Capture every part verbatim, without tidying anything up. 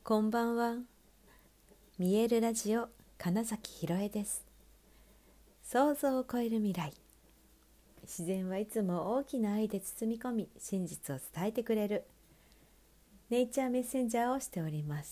こんばんは。見えるラジオ金崎ひろえです。想像を超える未来。自然はいつも大きな愛で包み込み、真実を伝えてくれるネイチャーメッセンジャーをしております。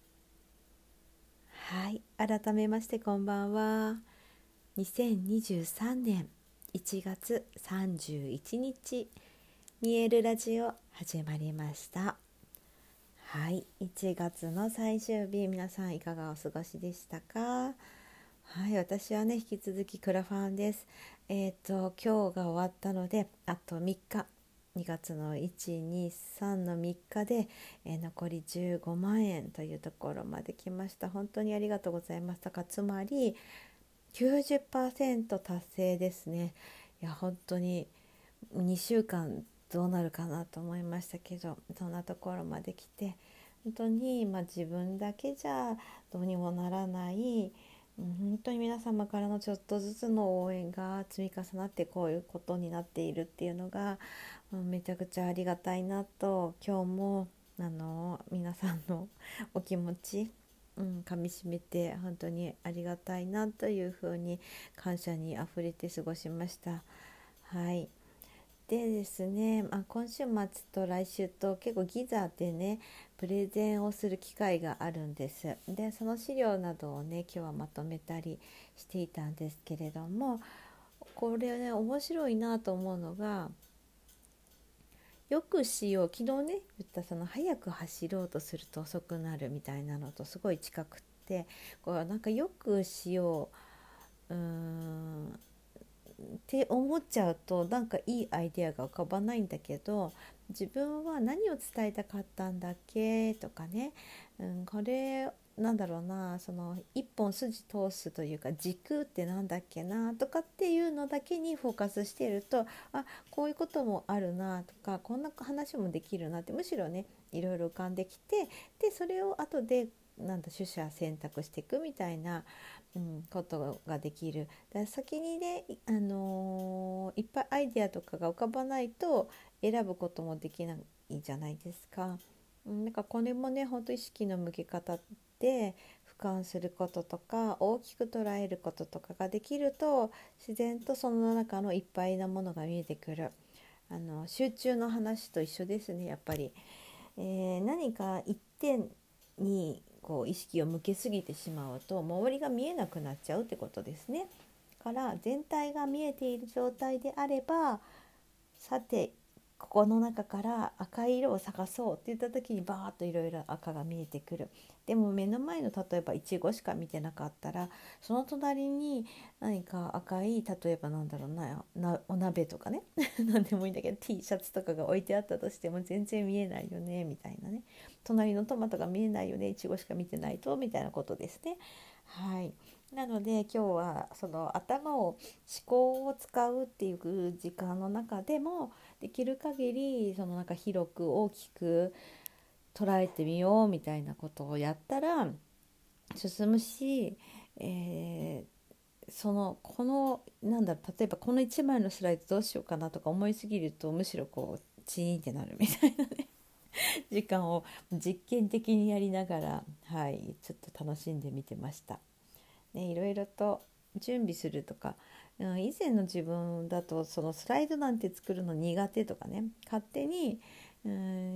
はい、改めましてこんばんは。にせんにじゅうさんねんいちがつさんじゅういちにち、見えるラジオ始まりました。はい、いちがつの最終日、皆さんいかがお過ごしでしたか？はい、私はね引き続きクラファンです。えっ、と今日が終わったので、あとみっか、にがつのいち、に、さんのみっかで、えー残りじゅうごまんえんというところまで来ました。本当にありがとうございましたか。つまりきゅうじゅっパーセント達成ですね。いや本当ににしゅうかんどうなるかなと思いましたけど、そんなところまで来て、本当に、まあ、自分だけじゃどうにもならない、うん、本当に皆様からのちょっとずつの応援が積み重なってこういうことになっているっていうのが、うん、めちゃくちゃありがたいなと、今日もあの皆さんのお気持ち、うん、かみしめて本当にありがたいなというふうに感謝にあふれて過ごしました。はい。でですね、まあ、今週末と来週と結構ギザでねプレゼンをする機会があるんです。でその資料などをね今日はまとめたりしていたんですけれども、これね面白いなと思うのが、よくしよう、昨日ね言ったその早く走ろうとすると遅くなるみたいなのとすごい近くって、これなんかよくしよう、うーんって思っちゃうとなんかいいアイデアが浮かばないんだけど、自分は何を伝えたかったんだっけとかね、うん、これなんだろうな、その一本筋通すというか軸ってなんだっけなとかっていうのだけにフォーカスしていると、あ、こういうこともあるなとか、こんな話もできるなって、むしろねいろいろ浮かんできて、でそれを後でなんだ取捨選択していくみたいな、うん、ことができる。だから先にね、あのーいっぱいアイデアとかが浮かばないと選ぶこともできないじゃないですか。うん、なんかこれもね本当意識の向け方で俯瞰することとか大きく捉えることとかができると、自然とその中のいっぱいなものが見えてくる。あの集中の話と一緒ですね、やっぱり。えー何か一点にこう意識を向けすぎてしまうと周りが見えなくなっちゃうってことですね。だから全体が見えている状態であれば、さてここの中から赤い色を探そうって言った時にバーッといろいろ赤が見えてくる。でも目の前の例えばイチゴしか見てなかったら、その隣に何か赤い、例えばなんだろうな、なお鍋とかね何でもいいんだけど T シャツとかが置いてあったとしても全然見えないよねみたいなね、隣のトマトが見えないよね、イチゴしか見てないとみたいなことですね。はい。なので今日はその頭を、思考を使うっていう時間の中でもできる限りそのなんか広く大きく捉えてみようみたいなことをやったら進むし、えーそのこのなんだろう、例えばこのいちまいのスライドどうしようかなとか思いすぎるとむしろこうチーンってなるみたいなね時間を実験的にやりながら、はい、ちょっと楽しんでみてました。ね、いろいろと準備するとか、うん、以前の自分だとそのスライドなんて作るの苦手とかね、勝手に、うん、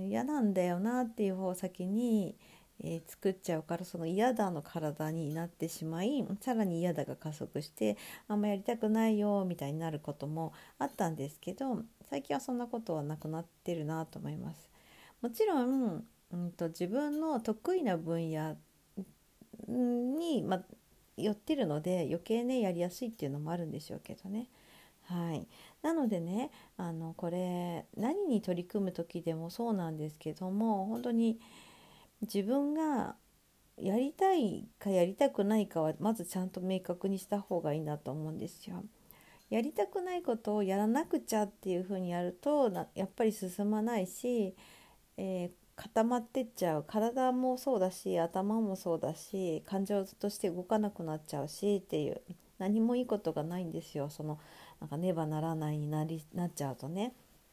嫌なんだよなっていう方を先に、えー作っちゃうから、その嫌だの体になってしまい、さらに嫌だが加速してあんまやりたくないよみたいになることもあったんですけど、最近はそんなことはなくなってるなと思います。もちろん、うんと、自分の得意な分野に、まあ、寄ってるので余計ねやりやすいっていうのもあるんでしょうけどね。はい、なのでね、あのこれ何に取り組む時でもそうなんですけども、本当に自分がやりたいかやりたくないかはまずちゃんと明確にした方がいいなと思うんですよ。やりたくないことをやらなくちゃっていうふうにやるとなやっぱり進まないし、えー固まってっちゃう。体もそうだし頭もそうだし感情として動かなくなっちゃうしっていう、何もいいことがないんですよ。そのなんかねばならないになりなっちゃうとね。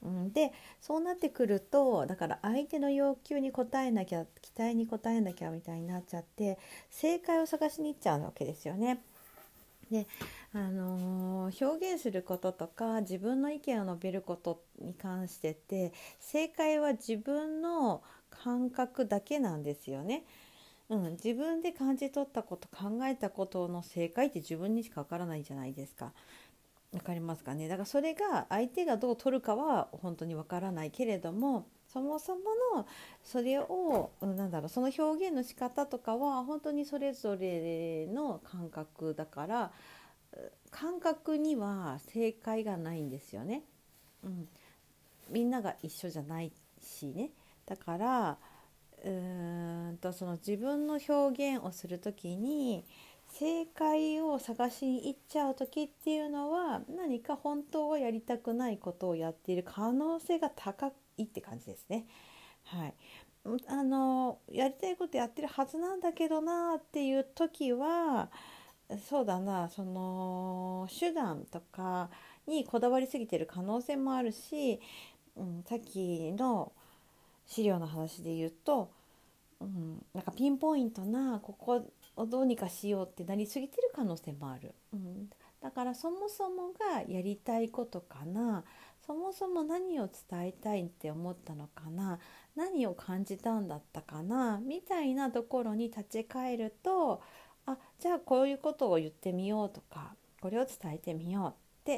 うん、でそうなってくるとだから相手の要求に応えなきゃ期待に応えなきゃみたいになっちゃって正解を探しに行っちゃうわけですよね。で、あのー表現することとか自分の意見を述べることに関してって正解は自分の感覚だけなんですよね。うん、自分で感じ取ったこと考えたことの正解って自分にしかわからないじゃないですか。わかりますかね。だからそれが相手がどう取るかは本当にわからないけれどもそもそものそれをうんなんだろうその表現の仕方とかは本当にそれぞれの感覚だから感覚には正解がないんですよね。うん、みんなが一緒じゃないしね。だからうーんとその自分の表現をするときに正解を探しに行っちゃう時っていうのは何か本当はやりたくないことをやっている可能性が高いって感じですね。はい、あのやりたいことやってるはずなんだけどなっていう時はそうだなその手段とかにこだわりすぎてる可能性もあるし、うん、さっきの資料の話で言うと、うん、なんかピンポイントなここをどうにかしようってなりすぎてる可能性もある、うん、だからそもそもがやりたいことかなそもそも何を伝えたいって思ったのかな何を感じたんだったかなみたいなところに立ち返るとあじゃあこういうことを言ってみようとかこれを伝えてみようって、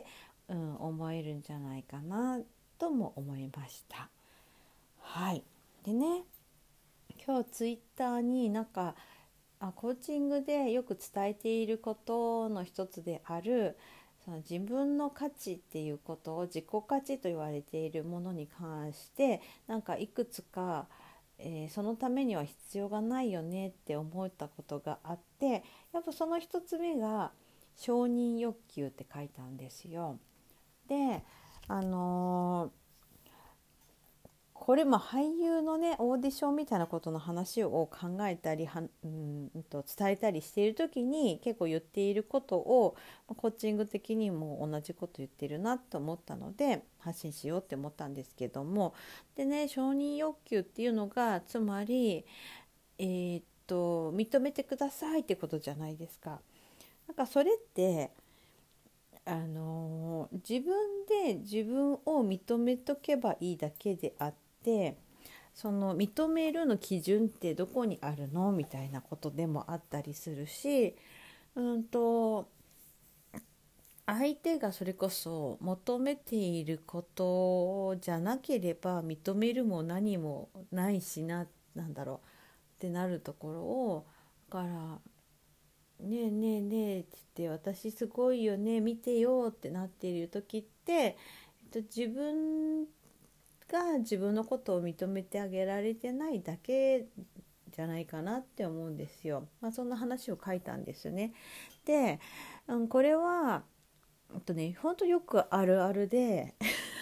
うん、思えるんじゃないかなとも思いました。はいでね今日ツイッターになんかあコーチングでよく伝えていることの一つであるその自分の価値っていうことを自己価値と言われているものに関してなんかいくつか、えーそのためには必要がないよねって思ったことがあってやっぱその一つ目が承認欲求って書いたんですよ。であのーこれも俳優のねオーディションみたいなことの話を考えたりは、うん、と伝えたりしている時に結構言っていることをコーチング的にも同じこと言ってるなと思ったので発信しようって思ったんですけどもでね承認欲求っていうのがつまり、えーっと認めてくださいってことじゃないですか。なんかそれってあのー自分で自分を認めとけばいいだけであってその認めるの基準ってどこにあるのみたいなことでもあったりするしうんと相手がそれこそ求めていることじゃなければ認めるも何もないしな、なんだろうってなるところをだからねえねえねえって言って私すごいよね見てよってなっている時って、えっと、自分が自分のことを認めてあげられてないだけじゃないかなって思うんですよ。まあ、そんな話を書いたんですね。で、うん、これはあとね本当よくあるあるで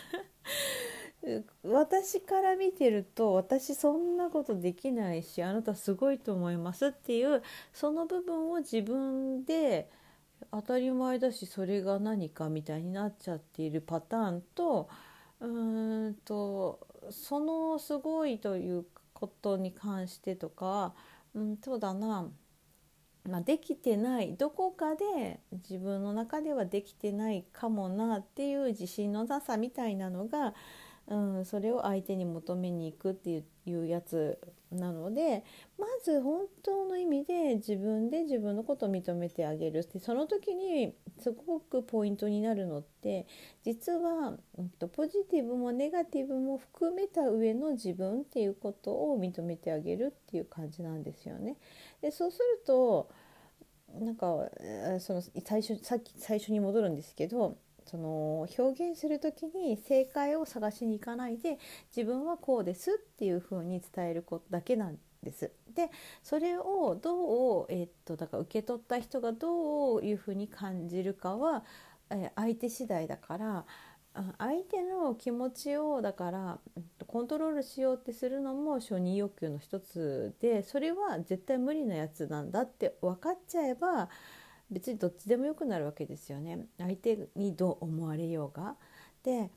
私から見てると私そんなことできないしあなたすごいと思いますっていうその部分を自分で当たり前だしそれが何かみたいになっちゃっているパターンとうーんとそのすごいということに関してとか、うん、そうだな、まあ、できてないどこかで自分の中ではできてないかもなっていう自信のなさみたいなのがうん、それを相手に求めに行くっていういうやつなのでまず本当の意味で自分で自分のことを認めてあげるってその時にすごくポイントになるのって実は、うんと、ポジティブもネガティブも含めた上の自分っていうことを認めてあげるっていう感じなんですよね。でそうするとなんかえーその最初さっき最初に戻るんですけどその表現する時に正解を探しに行かないで自分はこうですっていう風に伝えることだけなんです。でそれをどう、えーっとだから受け取った人がどういう風に感じるかは、えー相手次第だからあ相手の気持ちをだからうんとコントロールしようってするのも承認欲求の一つでそれは絶対無理なやつなんだって分かっちゃえば別にどっちでもよくなるわけですよね。相手にどう思われようが。で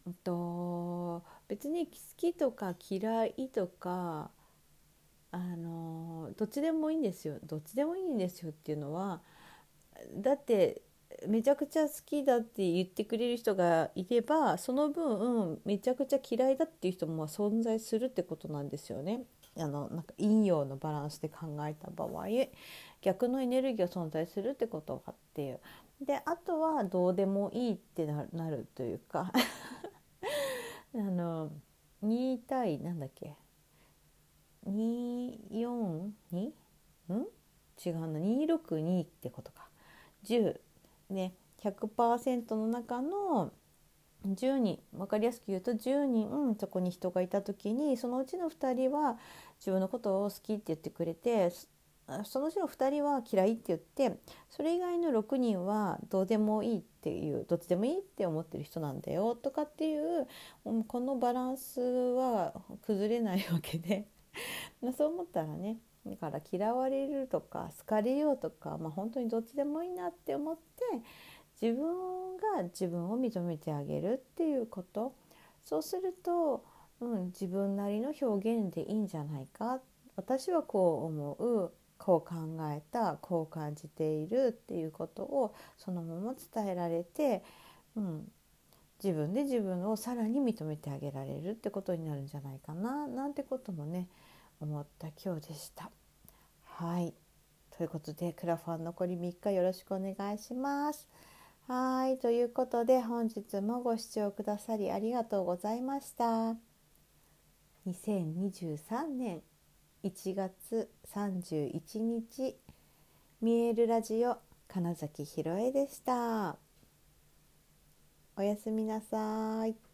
うんと別に好きとか嫌いとかあのどっちでもいいんですよ。どっちでもいいんですよっていうのは、だってめちゃくちゃ好きだって言ってくれる人がいれば、その分めちゃくちゃ嫌いだっていう人も存在するってことなんですよね。あのなんか陰陽のバランスで考えた場合、逆のエネルギーが存在するってことかっていう。であとはどうでもいいってななるというかあのに対なんだっけにーよんにん違うなにーろくにってことか。じゅうね、ひゃくパーセント の中のじゅうにん、分かりやすく言うとじゅうにんそこに人がいた時に、そのうちのふたりは自分のことを好きって言ってくれて、そのうちのふたりは嫌いって言って、それ以外のろくにんはどうでもいいっていう、どっちでもいいって思ってる人なんだよとかっていう、このバランスは崩れないわけでそう思ったらね、だから嫌われるとか好かれようとか、まあ、本当にどっちでもいいなって思って、自分が自分を認めてあげるっていうこと。そうすると、うん、自分なりの表現でいいんじゃないか、私はこう思う、こう考えた、こう感じているっていうことをそのまま伝えられて、うん、自分で自分をさらに認めてあげられるってことになるんじゃないかな、なんてこともね思った今日でした。はい、ということでクラファン残りみっかよろしくお願いします。はい、ということで本日もご視聴くださりありがとうございました。にせんにじゅうさんねんいちがつさんじゅういちにち、見えるラジオ金崎ひろえでした。おやすみなさい。